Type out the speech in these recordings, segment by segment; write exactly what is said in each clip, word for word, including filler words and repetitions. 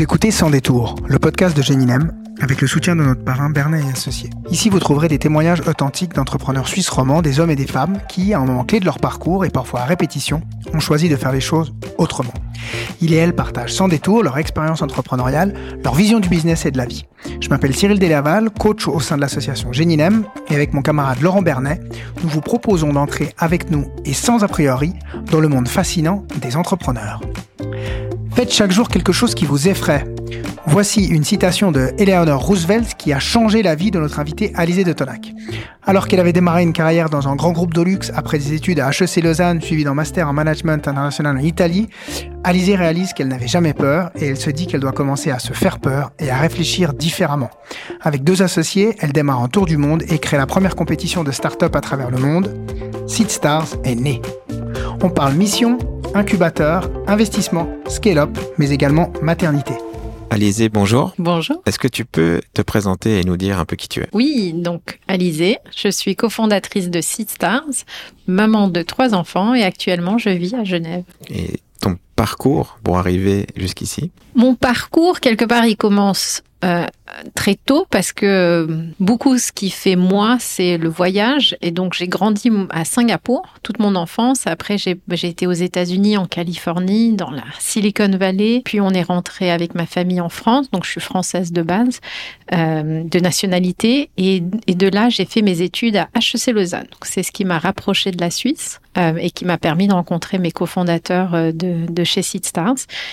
écoutez Sans détour, le podcast de Géninem, avec le soutien de notre parrain Bernet et Associés. Ici, vous trouverez des témoignages authentiques d'entrepreneurs suisses romans, des hommes et des femmes qui, à un moment clé de leur parcours et parfois à répétition, ont choisi de faire les choses autrement. Ils et elles partagent sans détour leur expérience entrepreneuriale, leur vision du business et de la vie. Je m'appelle Cyril Delaval, coach au sein de l'association Géninem, et avec mon camarade Laurent Bernet, nous vous proposons d'entrer avec nous et sans a priori dans le monde fascinant des entrepreneurs. Faites chaque jour quelque chose qui vous effraie. Voici une citation de Eleanor Roosevelt qui a changé la vie de notre invitée Alizée de Tonac. Alors qu'elle avait démarré une carrière dans un grand groupe de luxe après des études à H E C Lausanne suivies d'un master en management international en Italie, Alizée réalise qu'elle n'avait jamais peur et elle se dit qu'elle doit commencer à se faire peur et à réfléchir différemment. Avec deux associés, elle démarre un tour du monde et crée la première compétition de start-up à travers le monde. Seedstars est née. On parle mission, incubateur, investissement, scale-up, mais également maternité. Alizée, bonjour. Bonjour. Est-ce que tu peux te présenter et nous dire un peu qui tu es ? Oui, donc Alizée, je suis cofondatrice de Seedstars, maman de trois enfants et actuellement je vis à Genève. Et ton parcours pour arriver jusqu'ici ? Mon parcours, quelque part, il commence euh, très tôt parce que beaucoup ce qui fait moi, c'est le voyage. Et donc, j'ai grandi à Singapour toute mon enfance. Après, j'ai, j'ai été aux États-Unis, en Californie, dans la Silicon Valley. Puis, on est rentré avec ma famille en France. Donc, je suis française de base, euh, de nationalité. Et, et de là, j'ai fait mes études à H E C Lausanne. Donc, c'est ce qui m'a rapprochée de la Suisse euh, et qui m'a permis de rencontrer mes cofondateurs de, de chez Seedstars.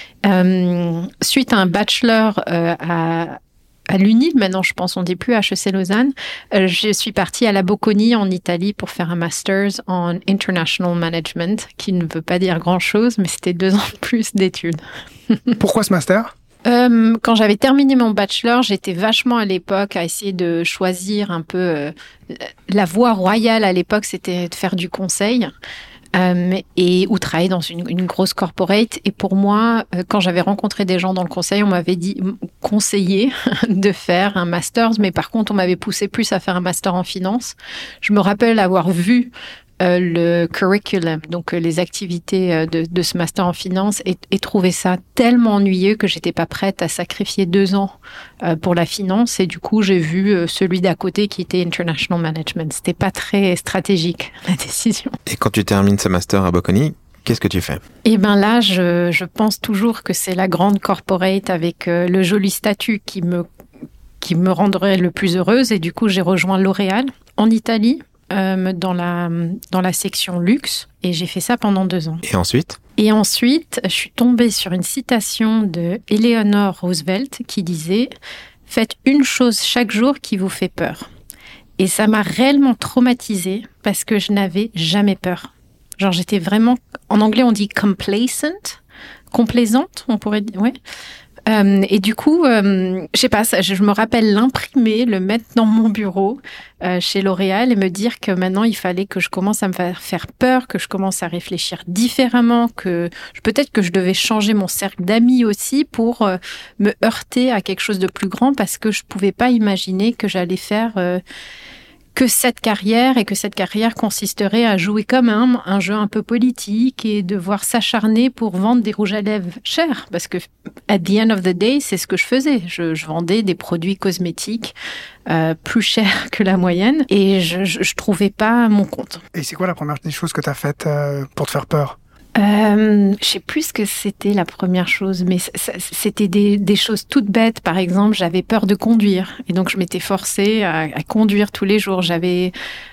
Euh, suite à un bachelor euh, à, à l'U N I L, maintenant je pense on dit plus H E C Lausanne, euh, je suis partie à la Bocconi en Italie pour faire un master's en International Management, qui ne veut pas dire grand-chose, mais c'était deux ans de plus d'études. Pourquoi ce master ? Euh, quand j'avais terminé mon bachelor, j'étais vachement à l'époque à essayer de choisir un peu euh, la voie royale à l'époque, c'était de faire du conseil. Euh, et ou travailler dans une, une grosse corporate. Et pour moi, euh, quand j'avais rencontré des gens dans le conseil, on m'avait dit conseillé de faire un master, mais par contre, on m'avait poussé plus à faire un master en finance. Je me rappelle avoir vu euh, le curriculum, donc euh, les activités euh, de, de ce master en finance, et, et trouver ça tellement ennuyeux que j'étais pas prête à sacrifier deux ans euh, pour la finance. Et du coup, j'ai vu euh, celui d'à côté qui était International Management. C'était pas très stratégique, la décision. Et quand tu termines ce master à Bocconi, qu'est-ce que tu fais ? Eh bien là, je, je pense toujours que c'est la grande corporate avec euh, le joli statut qui me, qui me rendrait le plus heureuse. Et du coup, j'ai rejoint L'Oréal en Italie, euh, dans la, dans la section luxe. Et j'ai fait ça pendant deux ans. Et ensuite ? Et ensuite, je suis tombée sur une citation de Eleanor Roosevelt qui disait « Faites une chose chaque jour qui vous fait peur ». Et ça m'a réellement traumatisée parce que je n'avais jamais peur. Genre, j'étais vraiment... En anglais, on dit « complacent », complaisante, on pourrait dire, ouais. Euh, et du coup, euh, je sais pas, je, je me rappelle l'imprimer, le mettre dans mon bureau euh, chez L'Oréal et me dire que maintenant, il fallait que je commence à me faire, faire peur, que je commence à réfléchir différemment, que peut-être que je devais changer mon cercle d'amis aussi pour euh, me heurter à quelque chose de plus grand parce que je pouvais pas imaginer que j'allais faire... Euh, que cette carrière et que cette carrière consisterait à jouer comme un, un jeu un peu politique et devoir s'acharner pour vendre des rouges à lèvres chers. Parce que, at the end of the day, c'est ce que je faisais. Je, je vendais des produits cosmétiques euh, plus chers que la moyenne et je, je, je trouvais pas mon compte. Et c'est quoi la première des choses que tu as faites euh, pour te faire peur ? Euh, je sais plus ce que c'était la première chose, mais c'était des, des choses toutes bêtes. Par exemple, j'avais peur de conduire et donc je m'étais forcée à, à conduire tous les jours. J'avais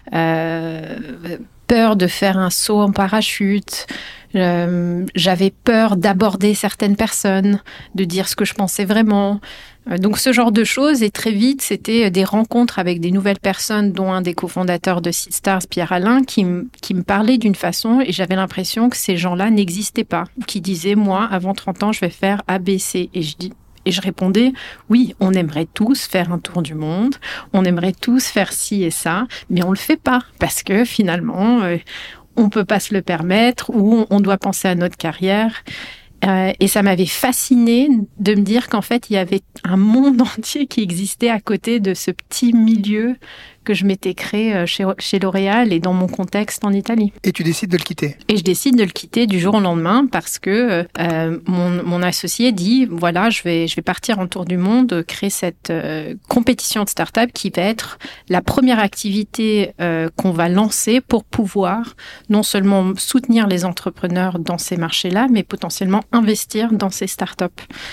euh, peur de faire un saut en parachute. Euh, j'avais peur d'aborder certaines personnes, de dire ce que je pensais vraiment. Donc ce genre de choses, et très vite, c'était des rencontres avec des nouvelles personnes, dont un des cofondateurs de Seedstars, Pierre Alain, qui, m- qui me parlait d'une façon, et j'avais l'impression que ces gens-là n'existaient pas, qui disaient, moi, avant trente ans, je vais faire A B C. Et je dis, et je répondais, oui, on aimerait tous faire un tour du monde, on aimerait tous faire ci et ça, mais on le fait pas, parce que finalement, euh, on peut pas se le permettre, ou on doit penser à notre carrière. Euh, et ça m'avait fascinée de me dire qu'en fait, il y avait un monde entier qui existait à côté de ce petit milieu que que je m'étais créé chez, chez L'Oréal et dans mon contexte en Italie. Et tu décides de le quitter. Et je décide de le quitter du jour au lendemain parce que euh, mon, mon associé dit, voilà, je vais, je vais partir en tour du monde, créer cette euh, compétition de start-up qui va être la première activité euh, qu'on va lancer pour pouvoir non seulement soutenir les entrepreneurs dans ces marchés-là, mais potentiellement investir dans ces start-up.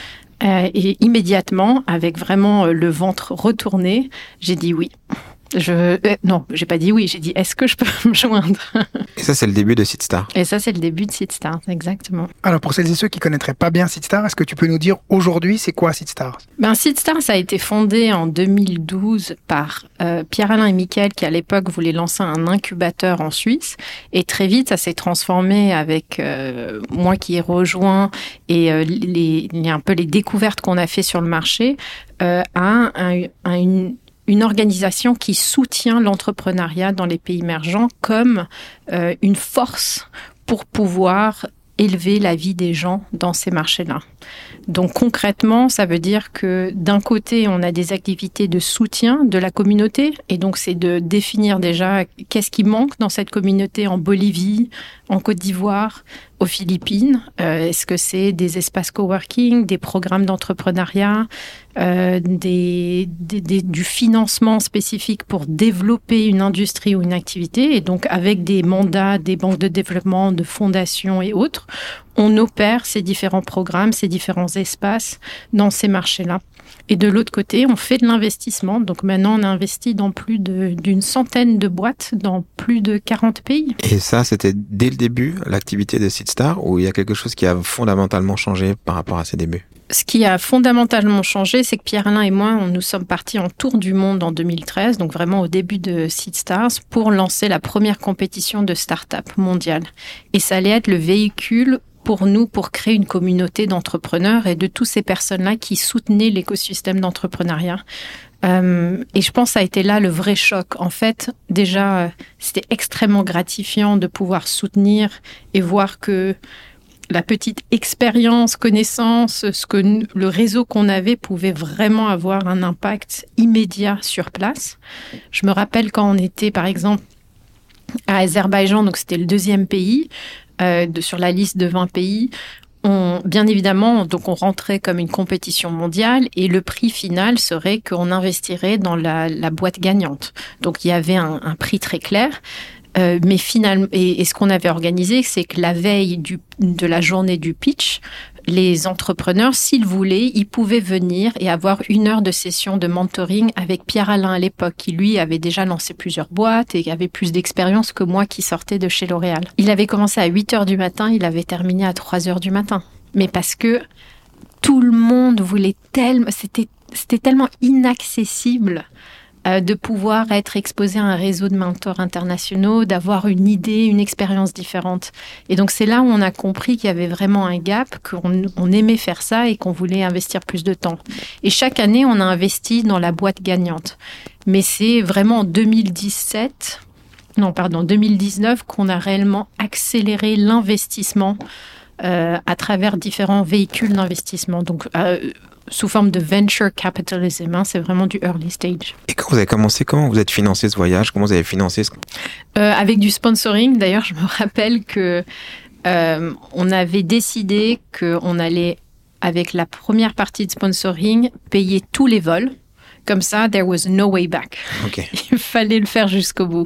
Euh, et immédiatement, avec vraiment le ventre retourné, j'ai dit oui. Je, euh, non, j'ai pas dit oui, j'ai dit est-ce que je peux me joindre? Et ça, c'est le début de Seedstar. Et ça, c'est le début de Seedstar, exactement. Alors, pour celles et ceux qui connaîtraient pas bien Seedstar, est-ce que tu peux nous dire aujourd'hui, c'est quoi Seedstar? Ben, Seedstar, ça a été fondé en deux mille douze par euh, Pierre-Alain et Mickaël, qui à l'époque voulaient lancer un incubateur en Suisse. Et très vite, ça s'est transformé avec euh, moi qui ai rejoint et euh, les, les, un peu les découvertes qu'on a fait sur le marché euh, à, un, à une une organisation qui soutient l'entrepreneuriat dans les pays émergents comme euh, une force pour pouvoir élever la vie des gens dans ces marchés-là. Donc concrètement, ça veut dire que d'un côté, on a des activités de soutien de la communauté, et donc c'est de définir déjà qu'est-ce qui manque dans cette communauté en Bolivie, en Côte d'Ivoire, aux Philippines. Euh, est-ce que c'est des espaces coworking, des programmes d'entrepreneuriat, euh, des, des, des, du financement spécifique pour développer une industrie ou une activité, et donc avec des mandats des banques de développement, de fondations et autres, on opère ces différents programmes, ces différents espaces dans ces marchés-là. Et de l'autre côté, on fait de l'investissement. Donc maintenant, on a investi dans plus de, d'une centaine de boîtes dans plus de quarante pays. Et ça, c'était dès le début, l'activité de Seedstar, ou il y a quelque chose qui a fondamentalement changé par rapport à ses débuts? Ce qui a fondamentalement changé, c'est que Pierre-Alain et moi, nous sommes partis en tour du monde en deux mille treize, donc vraiment au début de Seedstars, pour lancer la première compétition de start-up mondiale. Et ça allait être le véhicule pour nous, pour créer une communauté d'entrepreneurs et de toutes ces personnes-là qui soutenaient l'écosystème d'entrepreneuriat. Euh, et je pense que ça a été là le vrai choc. En fait, déjà, euh, c'était extrêmement gratifiant de pouvoir soutenir et voir que la petite expérience, connaissance, ce que n- le réseau qu'on avait pouvait vraiment avoir un impact immédiat sur place. Je me rappelle quand on était, par exemple, à Azerbaïdjan, donc c'était le deuxième pays, euh, de, sur la liste de vingt pays. On, bien évidemment, donc on rentrait comme une compétition mondiale et le prix final serait qu'on investirait dans la, la boîte gagnante. Donc il y avait un, un prix très clair. Euh, mais finalement, et, et ce qu'on avait organisé, c'est que la veille du, de la journée du pitch, les entrepreneurs, s'ils voulaient, ils pouvaient venir et avoir une heure de session de mentoring avec Pierre-Alain à l'époque, qui lui avait déjà lancé plusieurs boîtes et avait plus d'expérience que moi qui sortais de chez L'Oréal. Il avait commencé à huit heures du matin, il avait terminé à trois heures du matin. Mais parce que tout le monde voulait tellement, c'était, c'était tellement inaccessible de pouvoir être exposé à un réseau de mentors internationaux, d'avoir une idée, une expérience différente. Et donc, c'est là où on a compris qu'il y avait vraiment un gap, qu'on on aimait faire ça et qu'on voulait investir plus de temps. Et chaque année, on a investi dans la boîte gagnante. Mais c'est vraiment en deux mille dix-sept, non, pardon, deux mille dix-neuf qu'on a réellement accéléré l'investissement euh, à travers différents véhicules d'investissement. Donc, euh, sous forme de venture capitalism, hein, c'est vraiment du early stage. Et quand vous avez commencé, comment vous êtes financé ce voyage? Comment vous avez financé ce... euh, Avec du sponsoring. D'ailleurs, je me rappelle que euh, on avait décidé qu'on allait, avec la première partie de sponsoring, payer tous les vols. Comme ça, there was no way back. Okay. Il fallait le faire jusqu'au bout.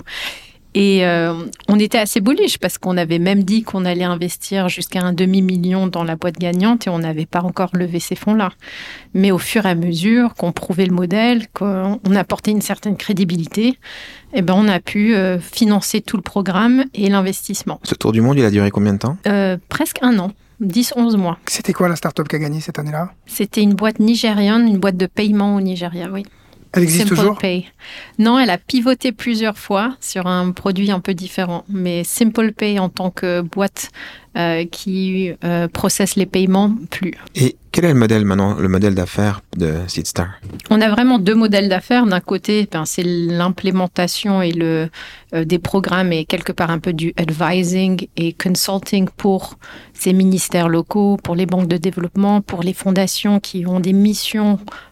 Et euh, on était assez bullish parce qu'on avait même dit qu'on allait investir jusqu'à un demi-million dans la boîte gagnante et on n'avait pas encore levé ces fonds-là. Mais au fur et à mesure qu'on prouvait le modèle, qu'on apportait une certaine crédibilité, eh ben on a pu euh, financer tout le programme et l'investissement. Ce tour du monde, il a duré combien de temps? euh, Presque un an. dix onze mois. C'était quoi la start-up qui a gagné cette année-là? C'était une boîte nigériane, une boîte de paiement au Nigeria, oui. Elle existe Simple toujours? Pay. Non, elle a pivoté plusieurs fois sur un produit un peu différent. Mais Simple Pay en tant que boîte euh, qui euh, processe les paiements, plus. Et quel est le modèle maintenant, le modèle d'affaires de Seedstar? On a vraiment deux modèles d'affaires. D'un côté, ben, c'est l'implémentation et le euh, des programmes et quelque part un peu du advising et consulting pour ces ministères locaux, pour les banques de développement, pour les fondations qui ont des missions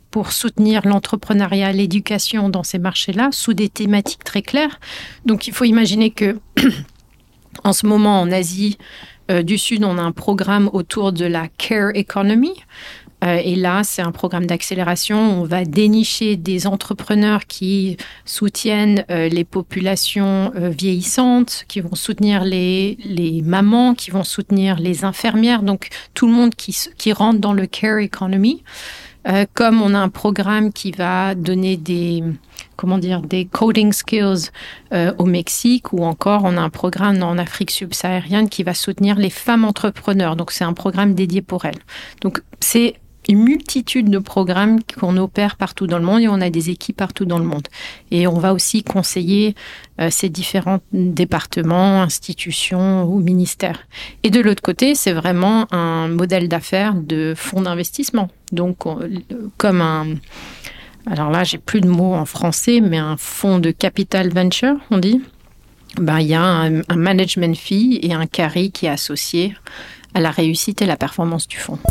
pour soutenir l'entrepreneuriat, l'éducation dans ces marchés-là, sous des thématiques très claires. Donc, il faut imaginer que, en ce moment, en Asie euh, du Sud, on a un programme autour de la Care Economy. Euh, et là, c'est un programme d'accélération. On va dénicher des entrepreneurs qui soutiennent euh, les populations euh, vieillissantes, qui vont soutenir les, les mamans, qui vont soutenir les infirmières. Donc, tout le monde qui, qui rentre dans le Care Economy. Euh, comme on a un programme qui va donner des, comment dire, des coding skills euh, au Mexique, ou encore on a un programme en Afrique subsaharienne qui va soutenir les femmes entrepreneurs. Donc, c'est un programme dédié pour elles. Donc, c'est une multitude de programmes qu'on opère partout dans le monde et on a des équipes partout dans le monde. Et on va aussi conseiller euh, ces différents départements, institutions ou ministères. Et de l'autre côté, c'est vraiment un modèle d'affaires de fonds d'investissement. Donc, on, comme un... Alors là, j'ai plus de mots en français, mais un fonds de capital venture, on dit. Ben, il y a un, un management fee et un carry qui est associé à la réussite et la performance du fonds.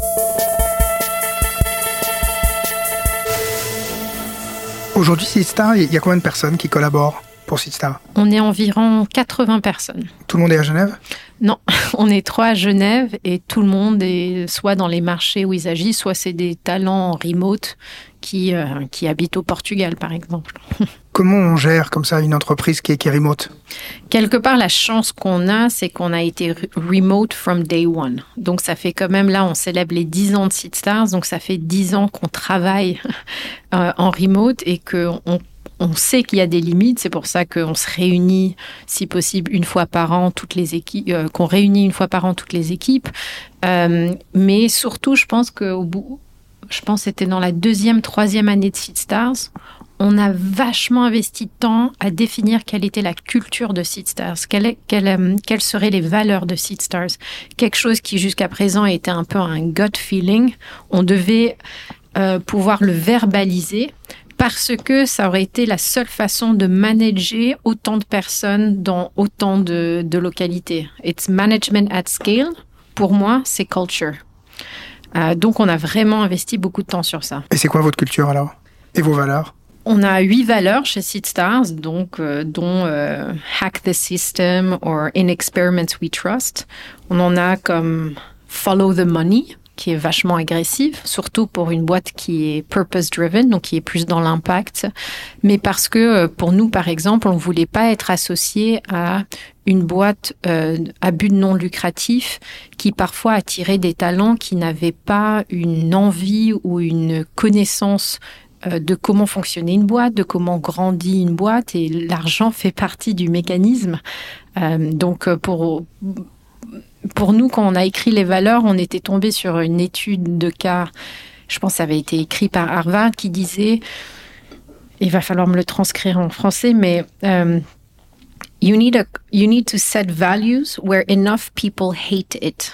Aujourd'hui, Seedstar, il y a combien de personnes qui collaborent pour Seedstar ? On est environ quatre-vingts personnes. Tout le monde est à Genève ? Non, on est trois à Genève et tout le monde est soit dans les marchés où ils agissent, soit c'est des talents en remote qui, euh, qui habitent au Portugal, par exemple. Comment on gère comme ça une entreprise qui est, qui est remote ? Quelque part, la chance qu'on a, c'est qu'on a été remote from day one. Donc, ça fait quand même, là, on célèbre les dix ans de Seedstars. Donc, ça fait dix ans qu'on travaille euh, en remote et qu'on on sait qu'il y a des limites. C'est pour ça qu'on se réunit, si possible, une fois par an, toutes les équipes, euh, qu'on réunit une fois par an toutes les équipes. Euh, mais surtout, je pense qu'au bout, je pense que c'était dans la deuxième, troisième année de Seedstars, on a vachement investi de temps à définir quelle était la culture de Seedstars, quelle, quelle, quelles seraient les valeurs de Seedstars. Quelque chose qui jusqu'à présent était un peu un gut feeling. On devait euh, pouvoir le verbaliser parce que ça aurait été la seule façon de manager autant de personnes dans autant de, de localités. It's management at scale. Pour moi, c'est culture. Euh, donc, on a vraiment investi beaucoup de temps sur ça. Et c'est quoi votre culture alors ? Et vos valeurs ? On a huit valeurs chez Seedstars, donc, euh, dont euh, Hack the System or In Experiments We Trust. On en a comme Follow the Money, qui est vachement agressive, surtout pour une boîte qui est purpose-driven, donc qui est plus dans l'impact. Mais parce que pour nous, par exemple, on ne voulait pas être associé à une boîte euh, à but non lucratif qui parfois attirait des talents qui n'avaient pas une envie ou une connaissance de comment fonctionnait une boîte, de comment grandit une boîte, et l'argent fait partie du mécanisme. Euh, donc, pour, pour nous, quand on a écrit les valeurs, on était tombé sur une étude de cas, je pense que ça avait été écrit par Harvard, qui disait, il va falloir me le transcrire en français, mais euh, you need a, you need to set values where enough people hate it.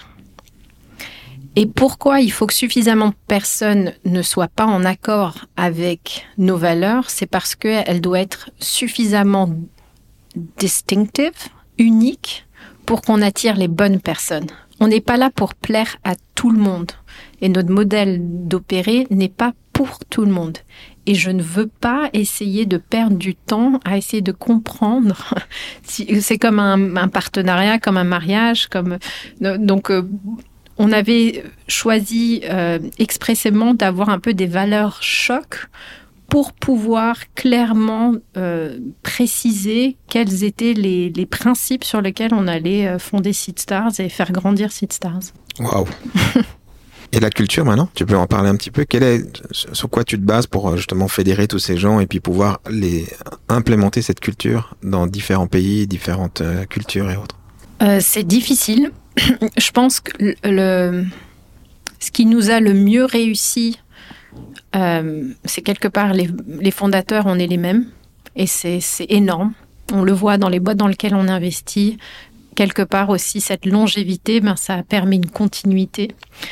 Et pourquoi il faut que suffisamment de personnes ne soient pas en accord avec nos valeurs, c'est parce qu'elles doivent être suffisamment distinctives, uniques, pour qu'on attire les bonnes personnes. On n'est pas là pour plaire à tout le monde. Et notre modèle d'opérer n'est pas pour tout le monde. Et je ne veux pas essayer de perdre du temps à essayer de comprendre. C'est comme un, un partenariat, comme un mariage, comme donc. Euh, On avait choisi euh, expressément d'avoir un peu des valeurs choc pour pouvoir clairement euh, préciser quels étaient les, les principes sur lesquels on allait fonder Seedstars et faire grandir Seedstars. Waouh. Et la culture maintenant, tu peux en parler un petit peu. Quelle est, sur quoi tu te bases pour justement fédérer tous ces gens et puis pouvoir les implémenter cette culture dans différents pays, différentes euh, cultures et autres? Euh, c'est difficile. Je pense que le, le, ce qui nous a le mieux réussi, euh, c'est quelque part les, les fondateurs, on est les mêmes. Et c'est, c'est énorme. On le voit dans les boîtes dans lesquelles on investit. Quelque part aussi, cette longévité, ben, ça a permis une continuité.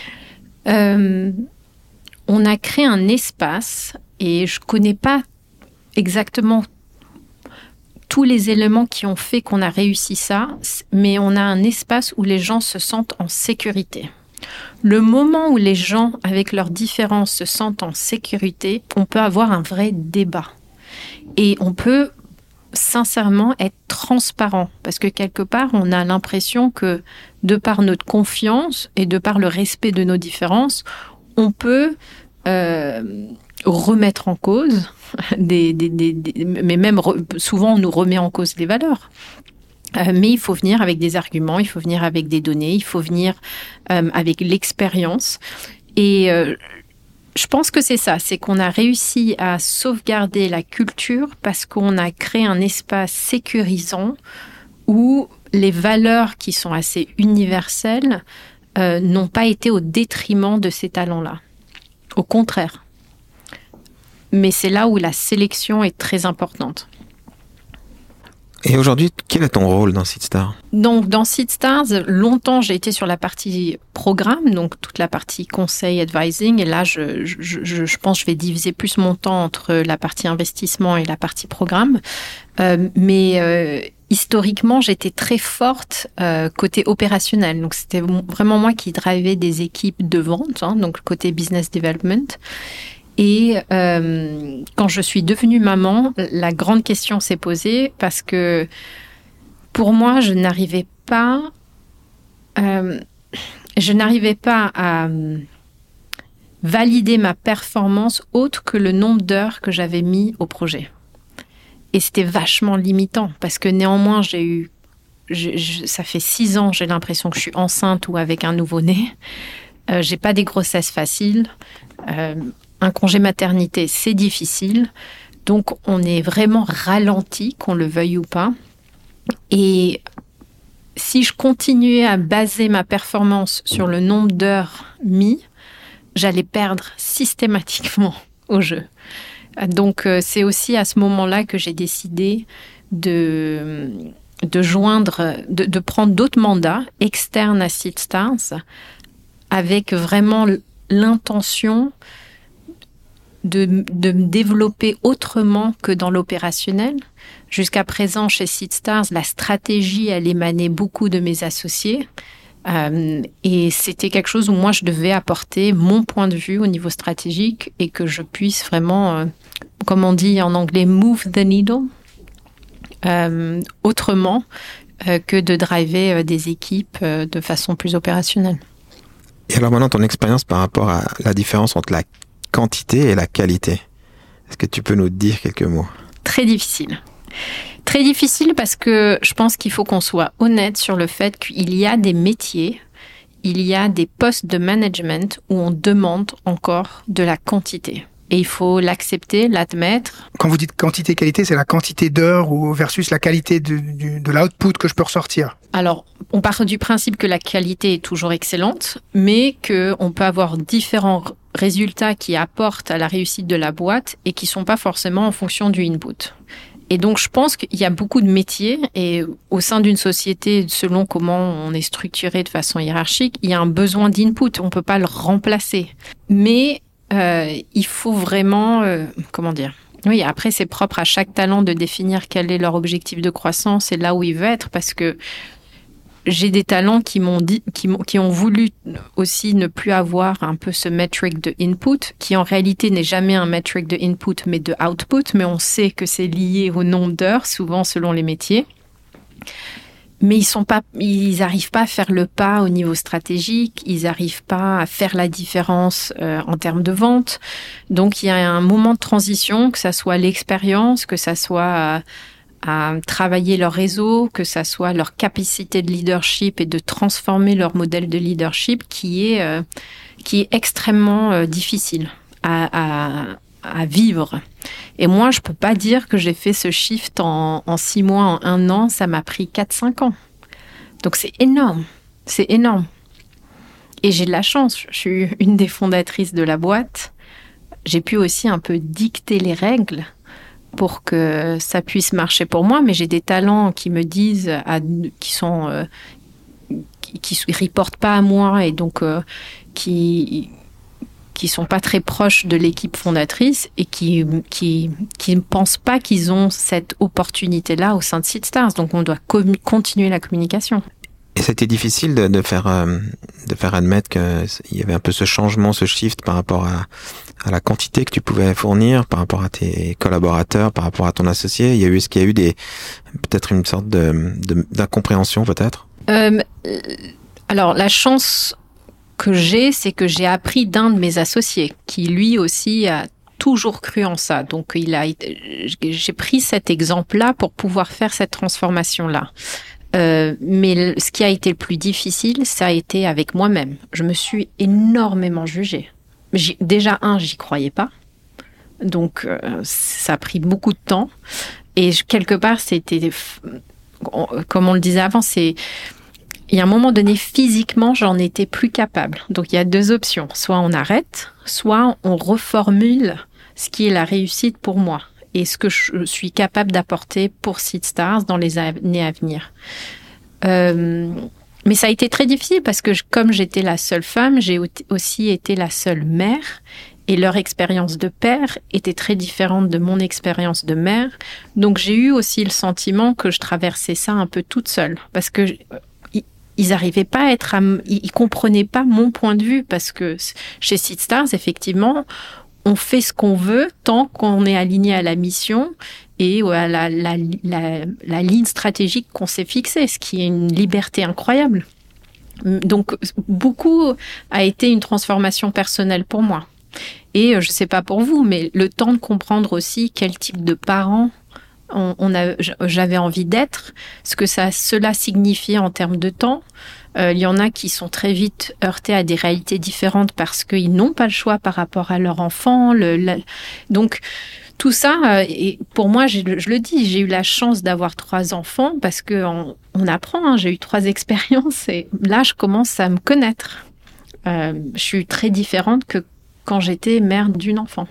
Euh, on a créé un espace et je ne connais pas exactement tous les éléments qui ont fait qu'on a réussi ça, mais on a un espace où les gens se sentent en sécurité. Le moment où les gens, avec leurs différences, se sentent en sécurité, on peut avoir un vrai débat. Et on peut sincèrement être transparent. Parce que quelque part, on a l'impression que, de par notre confiance et de par le respect de nos différences, on peut euh, remettre en cause, des, des, des, des, mais même re, souvent on nous remet en cause les valeurs. Euh, mais il faut venir avec des arguments, il faut venir avec des données, il faut venir euh, avec l'expérience. Et euh, je pense que c'est ça, c'est qu'on a réussi à sauvegarder la culture parce qu'on a créé un espace sécurisant où les valeurs qui sont assez universelles euh, n'ont pas été au détriment de ces talents-là. Au contraire. Mais c'est là où la sélection est très importante. Et aujourd'hui, quel est ton rôle dans Seedstars ? Donc, dans Seedstars, longtemps, j'ai été sur la partie programme, donc toute la partie conseil, advising. Et là, je, je, je, je pense que je vais diviser plus mon temps entre la partie investissement et la partie programme. Euh, mais euh, historiquement, j'étais très forte euh, côté opérationnel. Donc, c'était vraiment moi qui drivais des équipes de vente, hein, donc côté business development. Et euh, quand je suis devenue maman, la grande question s'est posée parce que pour moi, je n'arrivais pas, euh, je n'arrivais pas à valider ma performance autre que le nombre d'heures que j'avais mis au projet. Et c'était vachement limitant parce que néanmoins, j'ai eu, je, je, ça fait six ans, j'ai l'impression que je suis enceinte ou avec un nouveau-né. Euh, j'ai pas des grossesses faciles. Euh, Un congé maternité, c'est difficile. Donc, on est vraiment ralenti, qu'on le veuille ou pas. Et si je continuais à baser ma performance sur le nombre d'heures mis, j'allais perdre systématiquement au jeu. Donc, c'est aussi à ce moment-là que j'ai décidé de, de joindre, de, de prendre d'autres mandats externes à Seedstars avec vraiment l'intention De, de me développer autrement que dans l'opérationnel. Jusqu'à présent, chez Seedstars, la stratégie, elle émanait beaucoup de mes associés. Euh, et c'était quelque chose où moi, je devais apporter mon point de vue au niveau stratégique et que je puisse vraiment, euh, comme on dit en anglais, move the needle, euh, autrement euh, que de driver euh, des équipes euh, de façon plus opérationnelle. Et alors maintenant, ton expérience par rapport à la différence entre la quantité et la qualité. Est-ce que tu peux nous dire quelques mots ? Très difficile. Très difficile parce que je pense qu'il faut qu'on soit honnête sur le fait qu'il y a des métiers, il y a des postes de management où on demande encore de la quantité. Et il faut l'accepter, l'admettre. Quand vous dites quantité-qualité, c'est la quantité d'heures ou versus la qualité de, de, de l'output que je peux ressortir. Alors, on part du principe que la qualité est toujours excellente, mais qu'on peut avoir différents résultats qui apportent à la réussite de la boîte et qui ne sont pas forcément en fonction du input. Et donc, je pense qu'il y a beaucoup de métiers et au sein d'une société, selon comment on est structuré de façon hiérarchique, il y a un besoin d'input. On ne peut pas le remplacer. Mais euh, il faut vraiment... Euh, comment dire ? Oui, après, c'est propre à chaque talent de définir quel est leur objectif de croissance et là où il veut être parce que j'ai des talents qui m'ont dit, qui, m'ont, qui ont voulu aussi ne plus avoir un peu ce metric de input, qui en réalité n'est jamais un metric de input, mais de output, mais on sait que c'est lié au nombre d'heures, souvent selon les métiers. Mais ils sont pas, ils n'arrivent pas à faire le pas au niveau stratégique, ils n'arrivent pas à faire la différence euh, en termes de vente. Donc il y a un moment de transition, que ça soit l'expérience, que ça soit... Euh, à travailler leur réseau, que ça soit leur capacité de leadership et de transformer leur modèle de leadership qui est, euh, qui est extrêmement euh, difficile à, à, à vivre. Et moi, je peux pas dire que j'ai fait ce shift en, en six mois, en un an, ça m'a pris quatre cinq ans. Donc c'est énorme, c'est énorme. Et j'ai de la chance, je suis une des fondatrices de la boîte. J'ai pu aussi un peu dicter les règles pour que ça puisse marcher pour moi, mais j'ai des talents qui me disent, à, qui sont, euh, qui, qui reportent pas à moi et donc euh, qui qui sont pas très proches de l'équipe fondatrice et qui qui qui ne pensent pas qu'ils ont cette opportunité-là au sein de Seedstars. Donc on doit com- continuer la communication. Et c'était difficile de, de faire euh, de faire admettre qu'il y avait un peu ce changement, ce shift par rapport à, à la quantité que tu pouvais fournir, par rapport à tes collaborateurs, par rapport à ton associé. Il y a eu, est-ce qu'il y a eu des peut-être une sorte de, de d'incompréhension peut-être? Euh, alors la chance que j'ai, c'est que j'ai appris d'un de mes associés qui lui aussi a toujours cru en ça. Donc il a, j'ai pris cet exemple-là pour pouvoir faire cette transformation-là. Euh, mais ce qui a été le plus difficile, ça a été avec moi-même. Je me suis énormément jugée. J'ai, déjà, un, j'y croyais pas. Donc, euh, ça a pris beaucoup de temps. Et je, quelque part, c'était... Comme on le disait avant, c'est... Il y a un moment donné, physiquement, j'en étais plus capable. Donc, il y a deux options. Soit on arrête, soit on reformule ce qui est la réussite pour moi. Et ce que je suis capable d'apporter pour Seedstars dans les années à venir. Euh, mais ça a été très difficile parce que je, comme j'étais la seule femme, j'ai aussi été la seule mère et leur expérience de père était très différente de mon expérience de mère. Donc j'ai eu aussi le sentiment que je traversais ça un peu toute seule parce que je, ils n'arrivaient pas à être, à, ils comprenaient pas mon point de vue parce que chez Seedstars, effectivement, on fait ce qu'on veut tant qu'on est aligné à la mission et à la, la, la, la ligne stratégique qu'on s'est fixée, ce qui est une liberté incroyable. Donc, beaucoup a été une transformation personnelle pour moi. Et je ne sais pas pour vous, mais le temps de comprendre aussi quel type de parent on, on a, j'avais envie d'être, ce que ça, cela signifiait en termes de temps. Euh, il y en a qui sont très vite heurtés à des réalités différentes parce qu'ils n'ont pas le choix par rapport à leur enfant. Le, la... Donc, tout ça, euh, et pour moi, j'ai, je le dis, j'ai eu la chance d'avoir trois enfants parce qu'on on apprend, hein, j'ai eu trois expériences et là, je commence à me connaître. Euh, je suis très différente que quand j'étais mère d'une enfant.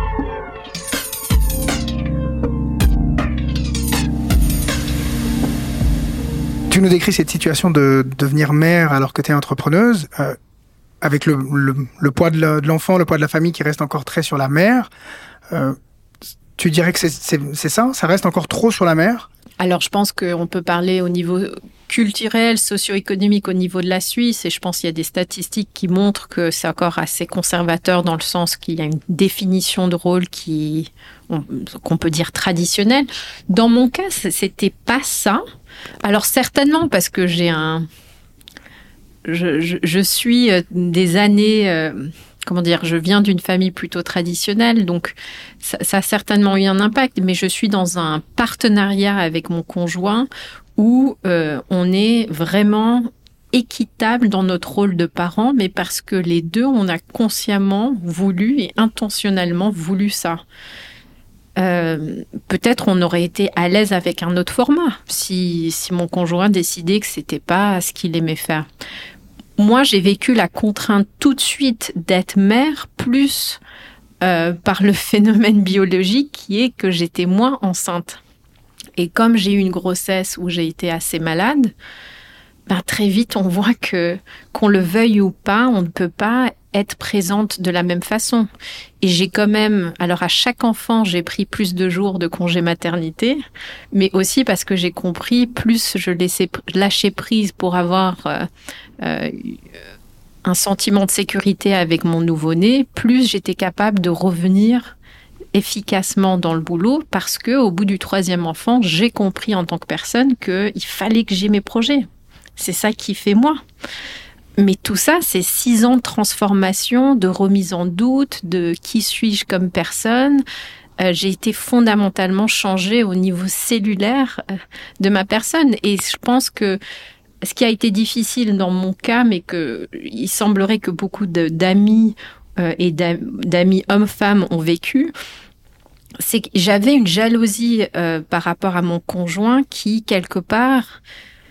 Tu nous décris cette situation de devenir mère alors que tu es entrepreneuse, euh, avec le, le, le poids de, la, de l'enfant, le poids de la famille qui reste encore très sur la mère. Euh, tu dirais que c'est, c'est, c'est ça? Ça reste encore trop sur la mère? Alors, je pense qu'on peut parler au niveau culturel, socio-économique, au niveau de la Suisse. Et je pense qu'il y a des statistiques qui montrent que c'est encore assez conservateur dans le sens qu'il y a une définition de rôle qui, on, qu'on peut dire traditionnelle. Dans mon cas, c'était pas ça. Alors, certainement, parce que j'ai un... Je, je, je suis des années... Euh, Comment dire, je viens d'une famille plutôt traditionnelle, donc ça, ça a certainement eu un impact, mais je suis dans un partenariat avec mon conjoint où euh, on est vraiment équitable dans notre rôle de parent, mais parce que les deux, on a consciemment voulu et intentionnellement voulu ça. Euh, peut-être on aurait été à l'aise avec un autre format si, si mon conjoint décidait que c'était pas ce qu'il aimait faire. Moi, j'ai vécu la contrainte tout de suite d'être mère, plus euh, par le phénomène biologique qui est que j'étais moins enceinte. Et comme j'ai eu une grossesse où j'ai été assez malade, ben, très vite, on voit que, qu'on le veuille ou pas, on ne peut pas être présente de la même façon. Et j'ai quand même... Alors, à chaque enfant, j'ai pris plus de jours de congé maternité, mais aussi parce que j'ai compris, plus je laissais lâcher prise pour avoir euh, euh, un sentiment de sécurité avec mon nouveau-né, plus j'étais capable de revenir efficacement dans le boulot parce que au bout du troisième enfant, j'ai compris en tant que personne qu'il fallait que j'aie mes projets. C'est ça qui fait moi. Mais tout ça, c'est six ans de transformation, de remise en doute, de qui suis-je comme personne. Euh, j'ai été fondamentalement changée au niveau cellulaire euh, de ma personne. Et je pense que ce qui a été difficile dans mon cas, mais que il semblerait que beaucoup de, d'amis euh, et d'amis hommes-femmes ont vécu, c'est que j'avais une jalousie euh, par rapport à mon conjoint qui, quelque part,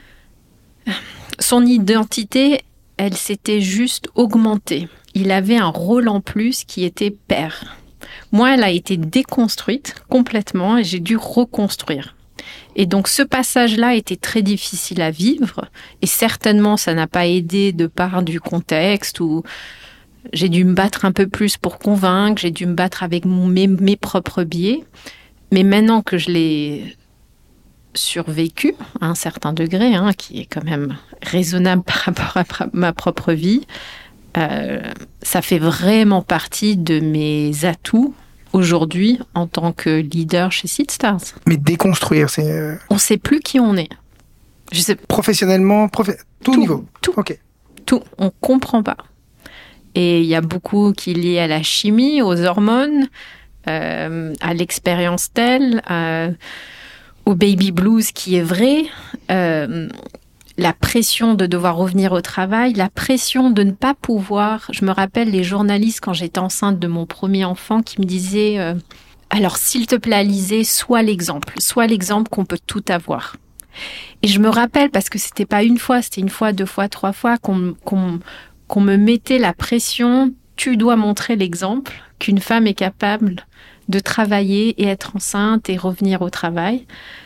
son identité, elle s'était juste augmentée. Il avait un rôle en plus qui était père. Moi, elle a été déconstruite complètement et j'ai dû reconstruire. Et donc, ce passage-là était très difficile à vivre et certainement, ça n'a pas aidé de part du contexte où j'ai dû me battre un peu plus pour convaincre, j'ai dû me battre avec mon, mes, mes propres biais. Mais maintenant que je l'ai survécu à un certain degré, hein, qui est quand même raisonnable par rapport à ma propre vie, euh, ça fait vraiment partie de mes atouts aujourd'hui en tant que leader chez Seedstars. Mais déconstruire, c'est... Euh... On ne sait plus qui on est. Je sais... Professionnellement, prof... tout, tout niveau. Tout. Ok. Tout. On ne comprend pas. Et il y a beaucoup qui est lié à la chimie, aux hormones, euh, à l'expérience telle, à, au baby blues qui est vrai, euh, la pression de devoir revenir au travail, la pression de ne pas pouvoir... Je me rappelle les journalistes quand j'étais enceinte de mon premier enfant qui me disaient euh, « Alors s'il te plaît Alizée, sois l'exemple, sois l'exemple qu'on peut tout avoir ». Et je me rappelle, parce que c'était pas une fois, c'était une fois, deux fois, trois fois, qu'on, qu'on, qu'on me mettait la pression, tu dois montrer l'exemple qu'une femme est capable de travailler et être enceinte et revenir au travail.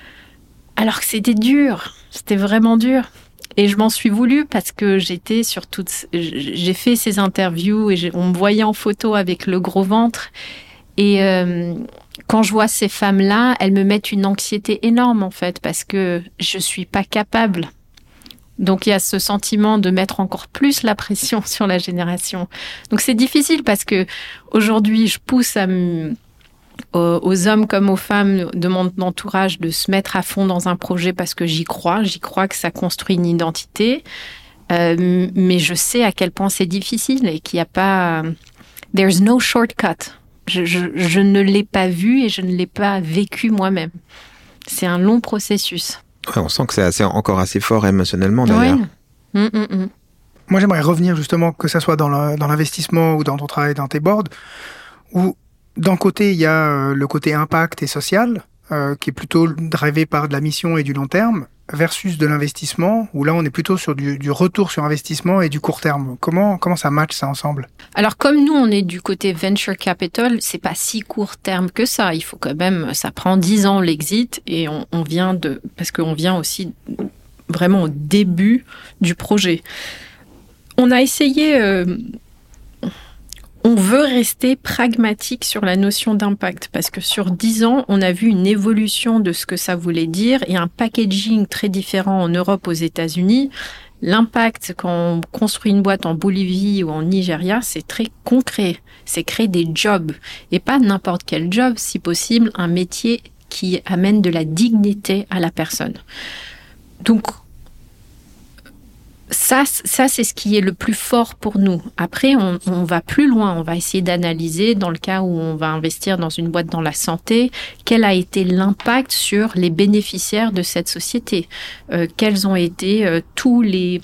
Alors que c'était dur, c'était vraiment dur. Et je m'en suis voulu parce que j'étais sur toutes... J'ai fait ces interviews et on me voyait en photo avec le gros ventre. Et euh, quand je vois ces femmes-là, elles me mettent une anxiété énorme en fait parce que je suis pas capable. Donc il y a ce sentiment de mettre encore plus la pression sur la génération. Donc c'est difficile parce que aujourd'hui je pousse à m- aux, aux hommes comme aux femmes de mon entourage de se mettre à fond dans un projet parce que j'y crois, j'y crois que ça construit une identité. Euh, mais je sais à quel point c'est difficile et qu'il n'y a pas... There's no shortcut. Je, je, je ne l'ai pas vu et je ne l'ai pas vécu moi-même. C'est un long processus. Ouais, on sent que c'est assez, encore assez fort émotionnellement d'ailleurs. Ouais. Mmh, mmh, mmh. Moi, j'aimerais revenir justement, que ça soit dans, le, dans l'investissement ou dans ton travail, dans tes boards, où d'un côté, il y a euh, le côté impact et social, euh, qui est plutôt drivé par de la mission et du long terme, versus de l'investissement, où là, on est plutôt sur du, du retour sur investissement et du court terme. Comment, comment ça match ça ensemble ? Alors, comme nous, on est du côté venture capital, c'est pas si court terme que ça. Il faut quand même, ça prend dix ans l'exit et on, on vient de, parce qu'on vient aussi vraiment au début du projet. On a essayé, euh, on veut rester pragmatique sur la notion d'impact parce que sur dix ans, on a vu une évolution de ce que ça voulait dire et un packaging très différent en Europe, aux États-Unis. L'impact, quand on construit une boîte en Bolivie ou en Nigeria, c'est très concret. C'est créer des jobs. Et pas n'importe quel job, si possible, un métier qui amène de la dignité à la personne. Donc, ça, ça c'est ce qui est le plus fort pour nous. Après, on, on va plus loin. On va essayer d'analyser, dans le cas où on va investir dans une boîte dans la santé, quel a été l'impact sur les bénéficiaires de cette société. Euh, quels ont été euh, tous les...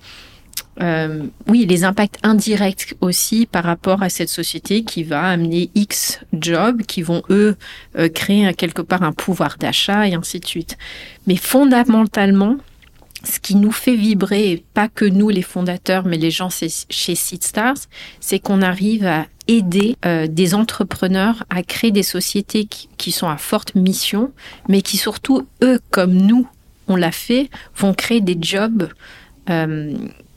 Euh, oui, les impacts indirects aussi par rapport à cette société qui va amener X jobs, qui vont, eux, euh, créer quelque part un pouvoir d'achat et ainsi de suite. Mais fondamentalement, ce qui nous fait vibrer, pas que nous les fondateurs, mais les gens chez Seedstars, c'est qu'on arrive à aider euh, des entrepreneurs à créer des sociétés qui, qui sont à forte mission, mais qui surtout, eux, comme nous, on l'a fait, vont créer des jobs euh,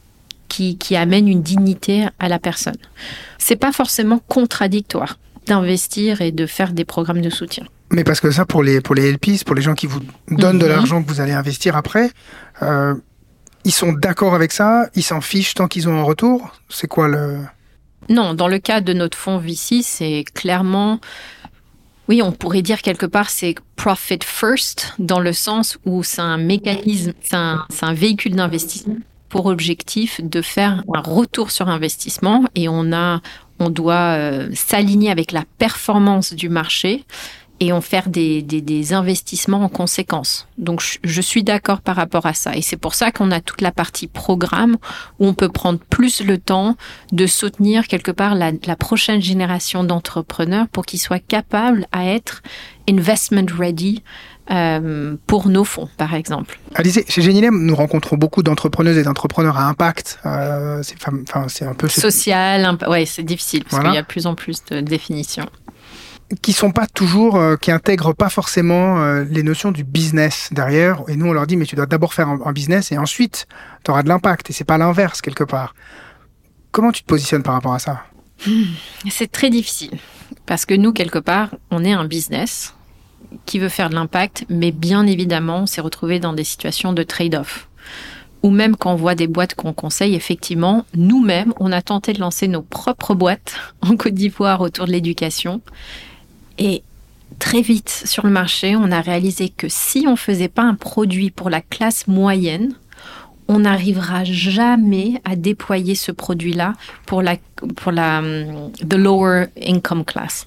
qui, qui amènent une dignité à la personne. C'est pas forcément contradictoire d'investir et de faire des programmes de soutien. Mais parce que ça, pour les, pour les L Ps, pour les gens qui vous donnent mmh. de l'argent que vous allez investir après, euh, ils sont d'accord avec ça, ils s'en fichent tant qu'ils ont un retour. C'est quoi le... Non, dans le cas de notre fonds V C, c'est clairement... Oui, on pourrait dire quelque part, c'est profit first, dans le sens où c'est un mécanisme, c'est un, c'est un véhicule d'investissement pour objectif de faire un retour sur investissement et on, a, on doit euh, s'aligner avec la performance du marché et on fait des, des, des investissements en conséquence. Donc, je, je suis d'accord par rapport à ça. Et c'est pour ça qu'on a toute la partie programme où on peut prendre plus le temps de soutenir quelque part la, la prochaine génération d'entrepreneurs pour qu'ils soient capables à être investment ready euh, pour nos fonds, par exemple. Alizée, chez Genilem, nous rencontrons beaucoup d'entrepreneuses et d'entrepreneurs à impact. Euh, c'est, enfin, c'est un peu... Social, imp- ouais, c'est difficile parce voilà. qu'il y a de plus en plus de définitions. Qui sont pas toujours, euh, qui intègrent pas forcément euh, les notions du business derrière. Et nous, on leur dit, mais tu dois d'abord faire un, un business et ensuite, tu auras de l'impact. Et c'est pas l'inverse, quelque part. Comment tu te positionnes par rapport à ça ? C'est très difficile. Parce que nous, quelque part, on est un business. qui veut faire de l'impact, mais bien évidemment, on s'est retrouvé dans des situations de trade-off. Ou même quand on voit des boîtes qu'on conseille, effectivement, nous-mêmes, on a tenté de lancer nos propres boîtes en Côte d'Ivoire autour de l'éducation. Et très vite, sur le marché, on a réalisé que si on ne faisait pas un produit pour la classe moyenne, on n'arrivera jamais à déployer ce produit-là pour la, pour la the lower income class.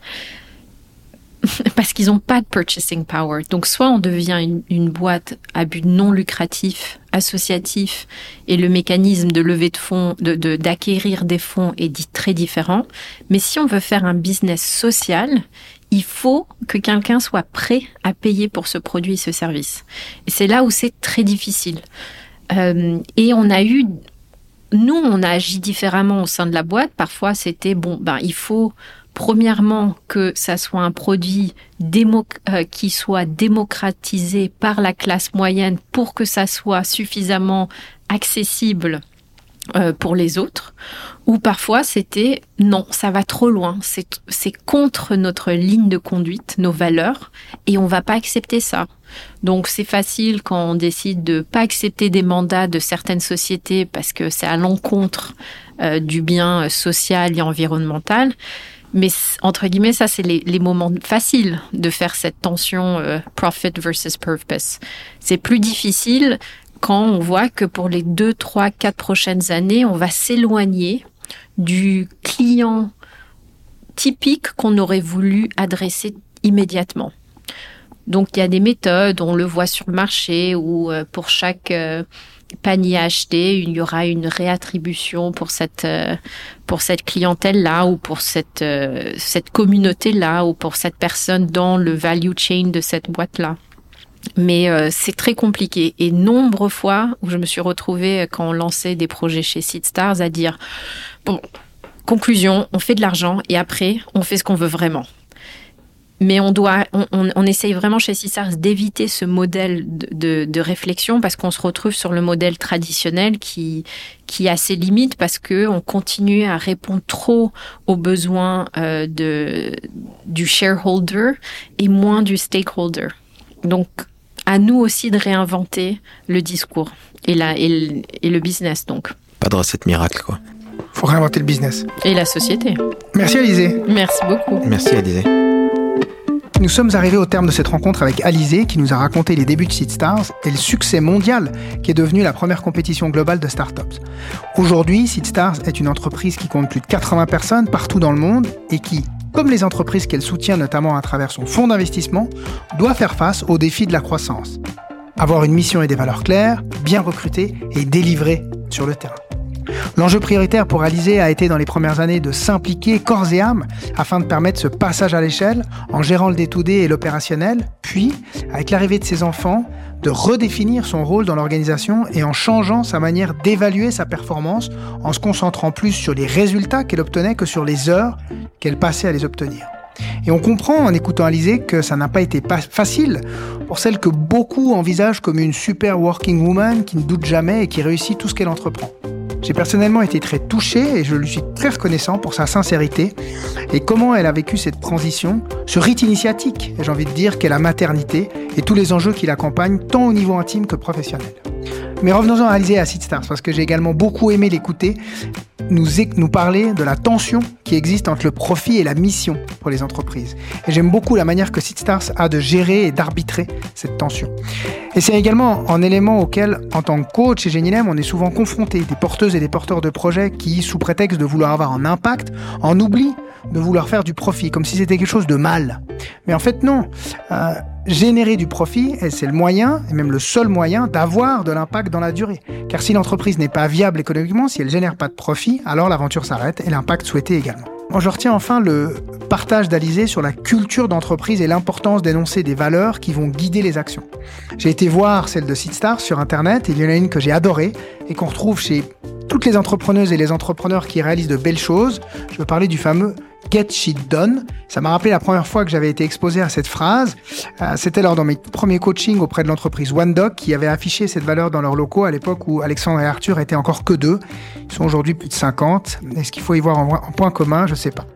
Parce qu'ils n'ont pas de purchasing power. Donc, soit on devient une, une boîte à but non lucratif, associatif, et le mécanisme de levée de fonds, de, de, d'acquérir des fonds est dit très différent. Mais si on veut faire un business social, il faut que quelqu'un soit prêt à payer pour ce produit et ce service. Et c'est là où c'est très difficile. Euh, et on a eu... Nous, on a agi différemment au sein de la boîte. Parfois, c'était, bon, ben, il faut... Premièrement, que ça soit un produit démo- euh, qui soit démocratisé par la classe moyenne pour que ça soit suffisamment accessible euh, pour les autres. Ou parfois, c'était non, ça va trop loin, c'est, c'est contre notre ligne de conduite, nos valeurs, et on va pas accepter ça. Donc, c'est facile quand on décide de pas accepter des mandats de certaines sociétés parce que c'est à l'encontre euh, du bien social et environnemental. Mais entre guillemets, ça, c'est les, les moments faciles de faire cette tension euh, profit versus purpose. C'est plus difficile quand on voit que pour les deux, trois, quatre prochaines années, on va s'éloigner du client typique qu'on aurait voulu adresser immédiatement. Donc, il y a des méthodes, on le voit sur le marché, où euh, pour chaque... Euh, panier acheté, il y aura une réattribution pour cette euh, pour cette clientèle-là ou pour cette euh, cette communauté-là ou pour cette personne dans le value chain de cette boîte-là. Mais euh, c'est très compliqué et nombreuses fois où je me suis retrouvée quand on lançait des projets chez Seedstars à dire bon, conclusion, on fait de l'argent et après on fait ce qu'on veut vraiment. Mais on doit, on, on, on essaye vraiment chez Seedstars d'éviter ce modèle de, de, de réflexion parce qu'on se retrouve sur le modèle traditionnel qui, qui a ses limites parce que on continue à répondre trop aux besoins euh, de, du shareholder et moins du stakeholder. Donc, à nous aussi de réinventer le discours et, la, et, le, et le business, donc. Pas de recette miracle, quoi. Faut réinventer le business. Et la société. Merci Alizée. Merci beaucoup. Merci Alizée. Nous sommes arrivés au terme de cette rencontre avec Alizée qui nous a raconté les débuts de Seedstars et le succès mondial qui est devenu la première compétition globale de startups. Aujourd'hui, Seedstars est une entreprise qui compte plus de quatre-vingts personnes partout dans le monde et qui, comme les entreprises qu'elle soutient notamment à travers son fonds d'investissement, doit faire face aux défis de la croissance. Avoir une mission et des valeurs claires, bien recruter et délivrer sur le terrain. L'enjeu prioritaire pour Alizée a été dans les premières années de s'impliquer corps et âme afin de permettre ce passage à l'échelle en gérant le D deux D et l'opérationnel, puis, avec l'arrivée de ses enfants, de redéfinir son rôle dans l'organisation et en changeant sa manière d'évaluer sa performance en se concentrant plus sur les résultats qu'elle obtenait que sur les heures qu'elle passait à les obtenir. Et on comprend en écoutant Alizée que ça n'a pas été pas facile pour celle que beaucoup envisagent comme une super working woman qui ne doute jamais et qui réussit tout ce qu'elle entreprend. J'ai personnellement été très touché et je lui suis très reconnaissant pour sa sincérité et comment elle a vécu cette transition, ce rite initiatique, j'ai envie de dire, qu'est la maternité et tous les enjeux qui l'accompagnent tant au niveau intime que professionnel. Mais revenons-en à Alizée et à Seedstars parce que j'ai également beaucoup aimé l'écouter nous, nous parler de la tension qui existe entre le profit et la mission pour les entreprises. Et j'aime beaucoup la manière que Seedstars a de gérer et d'arbitrer cette tension. Et c'est également un élément auquel, en tant que coach chez Genilem, on est souvent confronté, des porteuses et des porteurs de projets qui, sous prétexte de vouloir avoir un impact, en oublient de vouloir faire du profit, comme si c'était quelque chose de mal. Mais en fait, non. Euh, générer du profit, c'est le moyen, et même le seul moyen, d'avoir de l'impact dans la durée. Car si l'entreprise n'est pas viable économiquement, si elle ne génère pas de profit, alors l'aventure s'arrête et l'impact souhaité également. Moi, je retiens enfin le partage d'Alizée sur la culture d'entreprise et l'importance d'énoncer des valeurs qui vont guider les actions. J'ai été voir celle de Seedstars sur Internet, et il y en a une que j'ai adorée et qu'on retrouve chez toutes les entrepreneuses et les entrepreneurs qui réalisent de belles choses. Je veux parler du fameux Get Shit Done. Ça m'a rappelé la première fois que j'avais été exposé à cette phrase. Euh, c'était lors de mes tout premiers coachings auprès de l'entreprise OneDoc qui avait affiché cette valeur dans leurs locaux à l'époque où Alexandre et Arthur étaient encore que deux. Ils sont aujourd'hui plus de cinquante. Est-ce qu'il faut y voir en point commun ? Je sais pas.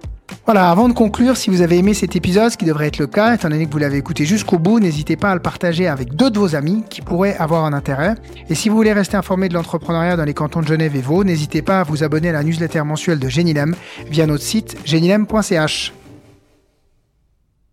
Voilà, avant de conclure, si vous avez aimé cet épisode, ce qui devrait être le cas, étant donné que vous l'avez écouté jusqu'au bout, n'hésitez pas à le partager avec deux de vos amis qui pourraient avoir un intérêt. Et si vous voulez rester informé de l'entrepreneuriat dans les cantons de Genève et Vaud, n'hésitez pas à vous abonner à la newsletter mensuelle de Genilem via notre site genilem point c h.